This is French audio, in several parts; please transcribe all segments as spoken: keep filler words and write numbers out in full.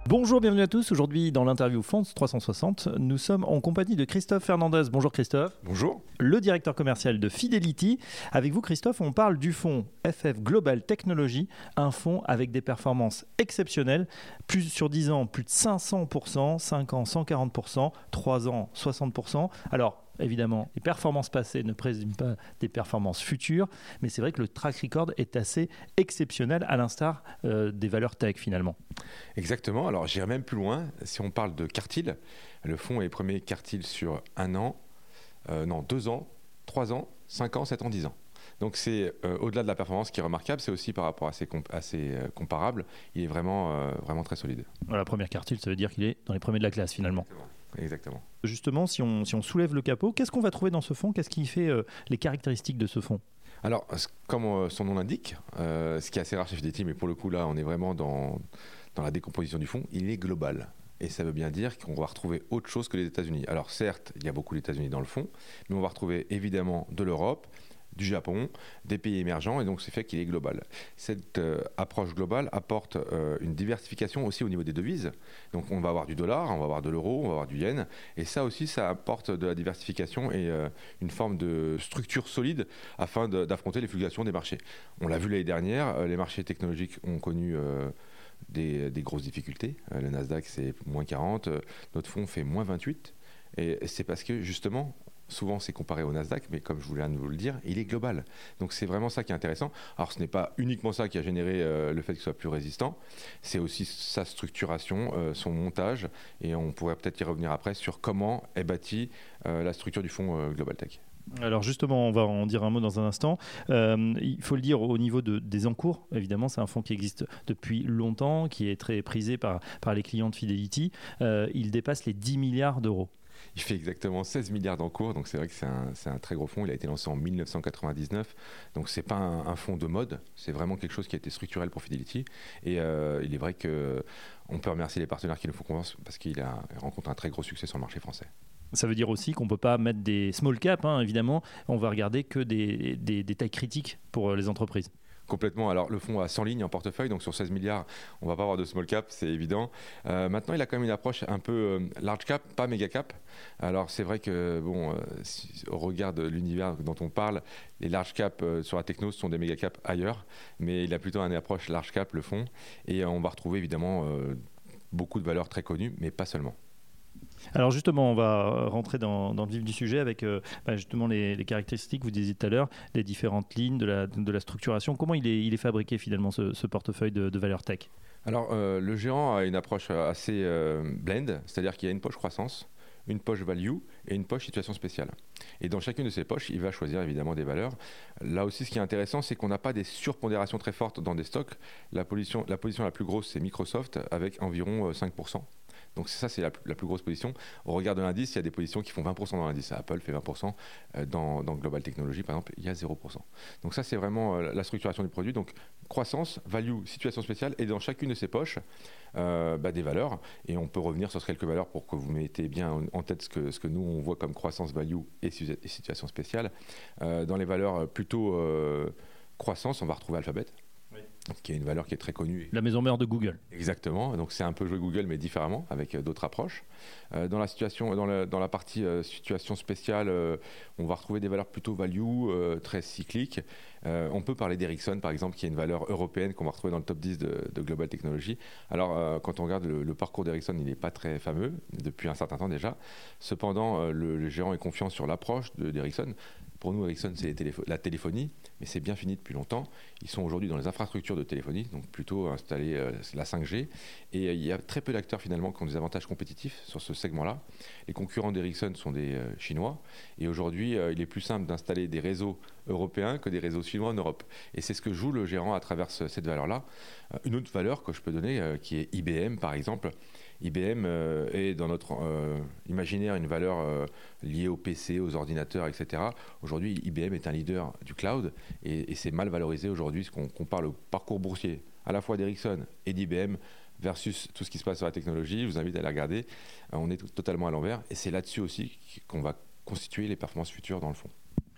Bonjour, bienvenue à tous. Aujourd'hui, dans l'interview Fonds trois cent soixante, nous sommes en compagnie de Christophe Fernandez. Bonjour Christophe. Bonjour. Le directeur commercial de Fidelity. Avec vous Christophe, on parle du fonds F F Global Technology, un fonds avec des performances exceptionnelles. Plus sur dix ans, plus de cinq cents pour cent, cinq ans, cent quarante pour cent, trois ans, soixante pour cent. Alors, évidemment, les performances passées ne présument pas des performances futures, mais c'est vrai que le track record est assez exceptionnel, à l'instar euh, des valeurs tech finalement. Exactement. Alors, j'irai même plus loin. Si on parle de quartile, le fonds est premier quartile sur un an, euh, non, deux ans, trois ans, cinq ans, sept ans, dix ans. Donc, c'est euh, au-delà de la performance qui est remarquable, c'est aussi par rapport à ses, comp- à ses euh, comparables. Il est vraiment, euh, vraiment très solide. Voilà, premier quartile, ça veut dire qu'il est dans les premiers de la classe finalement. Exactement. Justement, si on, si on soulève le capot, qu'est-ce qu'on va trouver dans ce fonds? Qu'est-ce qui fait euh, les caractéristiques de ce fonds? Alors, comme euh, son nom l'indique, euh, ce qui est assez rare chez Fidelity, mais pour le coup là, on est vraiment dans, dans la décomposition du fonds, il est global. Et ça veut bien dire qu'on va retrouver autre chose que les États-Unis. Alors certes, il y a beaucoup d'États-Unis dans le fonds, mais on va retrouver évidemment de l'Europe, du Japon, des pays émergents, et donc c'est fait qu'il est global. Cette euh, approche globale apporte euh, une diversification aussi au niveau des devises. Donc on va avoir du dollar, on va avoir de l'euro, on va avoir du yen, et ça aussi, ça apporte de la diversification et euh, une forme de structure solide afin de, d'affronter les fluctuations des marchés. On l'a vu l'année dernière, euh, les marchés technologiques ont connu euh, des, des grosses difficultés. Euh, le Nasdaq, c'est moins quarante, euh, notre fonds fait moins vingt-huit, et c'est parce que justement, souvent, c'est comparé au Nasdaq, mais comme je voulais vous le dire, il est global. Donc, c'est vraiment ça qui est intéressant. Alors, ce n'est pas uniquement ça qui a généré euh, le fait qu'il soit plus résistant. C'est aussi sa structuration, euh, son montage. Et on pourrait peut-être y revenir après sur comment est bâtie euh, la structure du fonds euh, Global Tech. Alors justement, on va en dire un mot dans un instant. Euh, il faut le dire au niveau de, des encours, évidemment, c'est un fonds qui existe depuis longtemps, qui est très prisé par, par les clients de Fidelity. Euh, il dépasse les dix milliards d'euros. Il fait exactement seize milliards d'encours, donc c'est vrai que c'est un, c'est un très gros fonds. Il a été lancé en mille neuf cent quatre-vingt-dix-neuf, donc c'est pas un, un fonds de mode, c'est vraiment quelque chose qui a été structurel pour Fidelity. Et euh, il est vrai qu'on peut remercier les partenaires qui nous font confiance parce qu'il a, il rencontre un très gros succès sur le marché français. Ça veut dire aussi qu'on ne peut pas mettre des small caps, hein, évidemment. On va regarder que des, des, des tailles critiques pour les entreprises. Complètement. Alors, le fonds a cent lignes en portefeuille, donc sur seize milliards, on ne va pas avoir de small cap, c'est évident. Euh, maintenant, il a quand même une approche un peu euh, large cap, pas méga cap. Alors, c'est vrai que, bon, euh, si, au regard de l'univers dont on parle, les large cap euh, sur la techno sont des méga cap ailleurs, mais il a plutôt une approche large cap, le fonds. Et euh, on va retrouver évidemment euh, beaucoup de valeurs très connues, mais pas seulement. Alors justement, on va rentrer dans, dans le vif du sujet avec euh, bah justement les, les caractéristiques, vous disiez tout à l'heure, les différentes lignes de la, de la structuration. Comment il est, il est fabriqué finalement ce, ce portefeuille de, de valeurs tech? Alors euh, le géant a une approche assez euh, blend, c'est-à-dire qu'il y a une poche croissance, une poche value et une poche situation spéciale. Et dans chacune de ces poches, il va choisir évidemment des valeurs. Là aussi, ce qui est intéressant, c'est qu'on n'a pas des surpondérations très fortes dans des stocks. La position la, position la plus grosse, c'est Microsoft avec environ cinq pour cent. Donc ça, c'est la, la plus grosse position. Au regard de l'indice, il y a des positions qui font vingt pour cent dans l'indice. Apple fait vingt pour cent. Dans, dans Global Technology, par exemple, il y a zéro pour cent. Donc ça, c'est vraiment la structuration du produit. Donc croissance, value, situation spéciale, et dans chacune de ces poches, euh, bah, des valeurs. Et on peut revenir sur quelques valeurs pour que vous mettez bien en tête ce que, ce que nous, on voit comme croissance, value et, et situation spéciale. Euh, dans les valeurs plutôt euh, croissance, on va retrouver Alphabet. Qui est une valeur qui est très connue. La maison mère de Google. Exactement, donc c'est un peu jouer Google mais différemment avec euh, d'autres approches. Euh, dans, la situation, dans, la, dans la partie euh, situation spéciale, euh, on va retrouver des valeurs plutôt value, euh, très cycliques. Euh, on peut parler d'Ericsson par exemple, qui est une valeur européenne qu'on va retrouver dans le top dix de, de Global Technology. Alors euh, quand on regarde le, le parcours d'Ericsson, il n'est pas très fameux depuis un certain temps déjà. Cependant, euh, le, le gérant est confiant sur l'approche de, d'Ericsson. Pour nous, Ericsson, c'est les téléfo- la téléphonie, mais c'est bien fini depuis longtemps. Ils sont aujourd'hui dans les infrastructures de téléphonie, donc plutôt installer euh, la cinq G. Et euh, il y a très peu d'acteurs finalement qui ont des avantages compétitifs sur ce segment-là. Les concurrents d'Ericsson sont des euh, Chinois. Et aujourd'hui, euh, il est plus simple d'installer des réseaux européens que des réseaux chinois en Europe. Et c'est ce que joue le gérant à travers ce, cette valeur-là. Euh, une autre valeur que je peux donner, euh, qui est I B M par exemple. I B M euh, est dans notre euh, imaginaire une valeur euh, liée aux P C, aux ordinateurs, et cetera. Aujourd'hui, I B M est un leader du cloud et, et c'est mal valorisé aujourd'hui, ce qu'on compare le parcours boursier à la fois d'Ericsson et d'I B M versus tout ce qui se passe sur la technologie. Je vous invite à la regarder. Euh, on est tout, totalement à l'envers et c'est là-dessus aussi qu'on va constituer les performances futures dans le fond.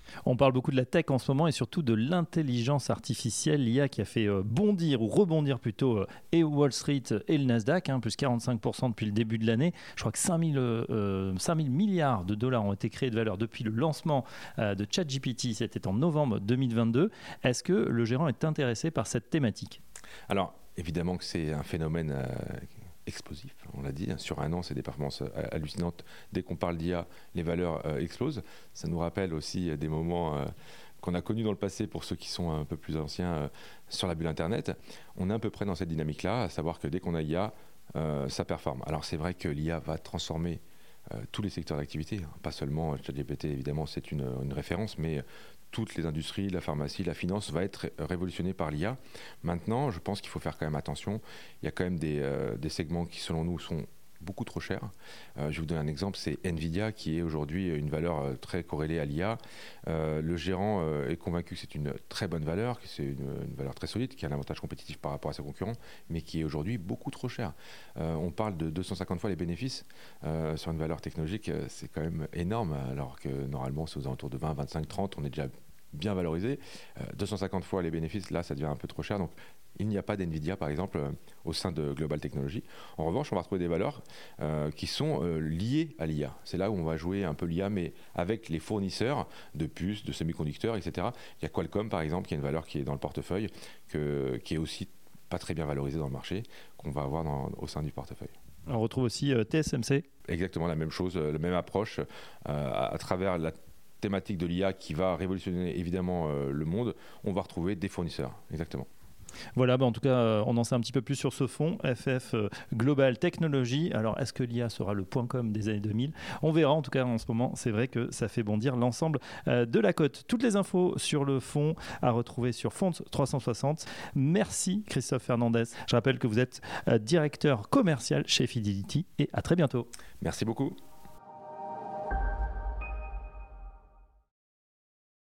On parle beaucoup de la tech en ce moment et surtout de l'intelligence artificielle, l'I A qui a fait bondir ou rebondir plutôt euh, et Wall Street et le Nasdaq, hein, plus quarante-cinq pour cent depuis le début de l'année. Je crois que cinq mille, euh, cinq mille milliards de dollars ont été créés de valeur depuis le lancement euh, de ChatGPT, c'était en novembre deux mille vingt-deux. Est-ce que le gérant est intéressé par cette thématique ? Alors, évidemment que c'est un phénomène euh, explosif, on l'a dit. Sur un an, c'est des performances euh, hallucinantes. Dès qu'on parle d'I A, les valeurs euh, explosent. Ça nous rappelle aussi des moments euh, qu'on a connus dans le passé pour ceux qui sont un peu plus anciens euh, sur la bulle Internet. On est à peu près dans cette dynamique-là, à savoir que dès qu'on a I A, euh, ça performe. Alors, c'est vrai que l'I A va transformer euh, tous les secteurs d'activité, hein. Pas seulement ChatGPT, évidemment, c'est une, une référence, mais toutes les industries, la pharmacie, la finance va être révolutionnée par l'I A. Maintenant, je pense qu'il faut faire quand même attention. Il y a quand même des, euh, des segments qui, selon nous, sont beaucoup trop chers. Euh, je vais vous donner un exemple, c'est Nvidia qui est aujourd'hui une valeur euh, très corrélée à l'I A. Euh, le gérant euh, est convaincu que c'est une très bonne valeur, que c'est une, une valeur très solide, qui a un avantage compétitif par rapport à ses concurrents, mais qui est aujourd'hui beaucoup trop cher. Euh, on parle de deux cent cinquante fois les bénéfices euh, sur une valeur technologique, c'est quand même énorme, alors que normalement c'est aux alentours de vingt, vingt-cinq, trente, on est déjà bien valorisé. Euh, deux cent cinquante fois les bénéfices, là ça devient un peu trop cher. Donc il n'y a pas d'Nvidia par exemple euh, au sein de Global Technologies. En revanche, on va retrouver des valeurs euh, qui sont euh, liées à l'I A. C'est là où on va jouer un peu l'I A, mais avec les fournisseurs de puces, de semi-conducteurs, et cetera. Il y a Qualcomm par exemple, qui est une valeur qui est dans le portefeuille, que, qui est aussi pas très bien valorisée dans le marché, qu'on va avoir dans, au sein du portefeuille. On retrouve aussi euh, T S M C. Exactement la même chose, euh, la même approche euh, à, à travers la thématique de l'I A qui va révolutionner évidemment euh, le monde, on va retrouver des fournisseurs. Exactement. Voilà, bah en tout cas, euh, on en sait un petit peu plus sur ce fonds, F F euh, Global Technology. Alors, est-ce que l'I A sera le point com des années deux mille ? On verra. En tout cas, en ce moment, c'est vrai que ça fait bondir l'ensemble euh, de la cote. Toutes les infos sur le fonds à retrouver sur Fonds trois cent soixante. Merci Christophe Fernandez. Je rappelle que vous êtes euh, directeur commercial chez Fidelity et à très bientôt. Merci beaucoup.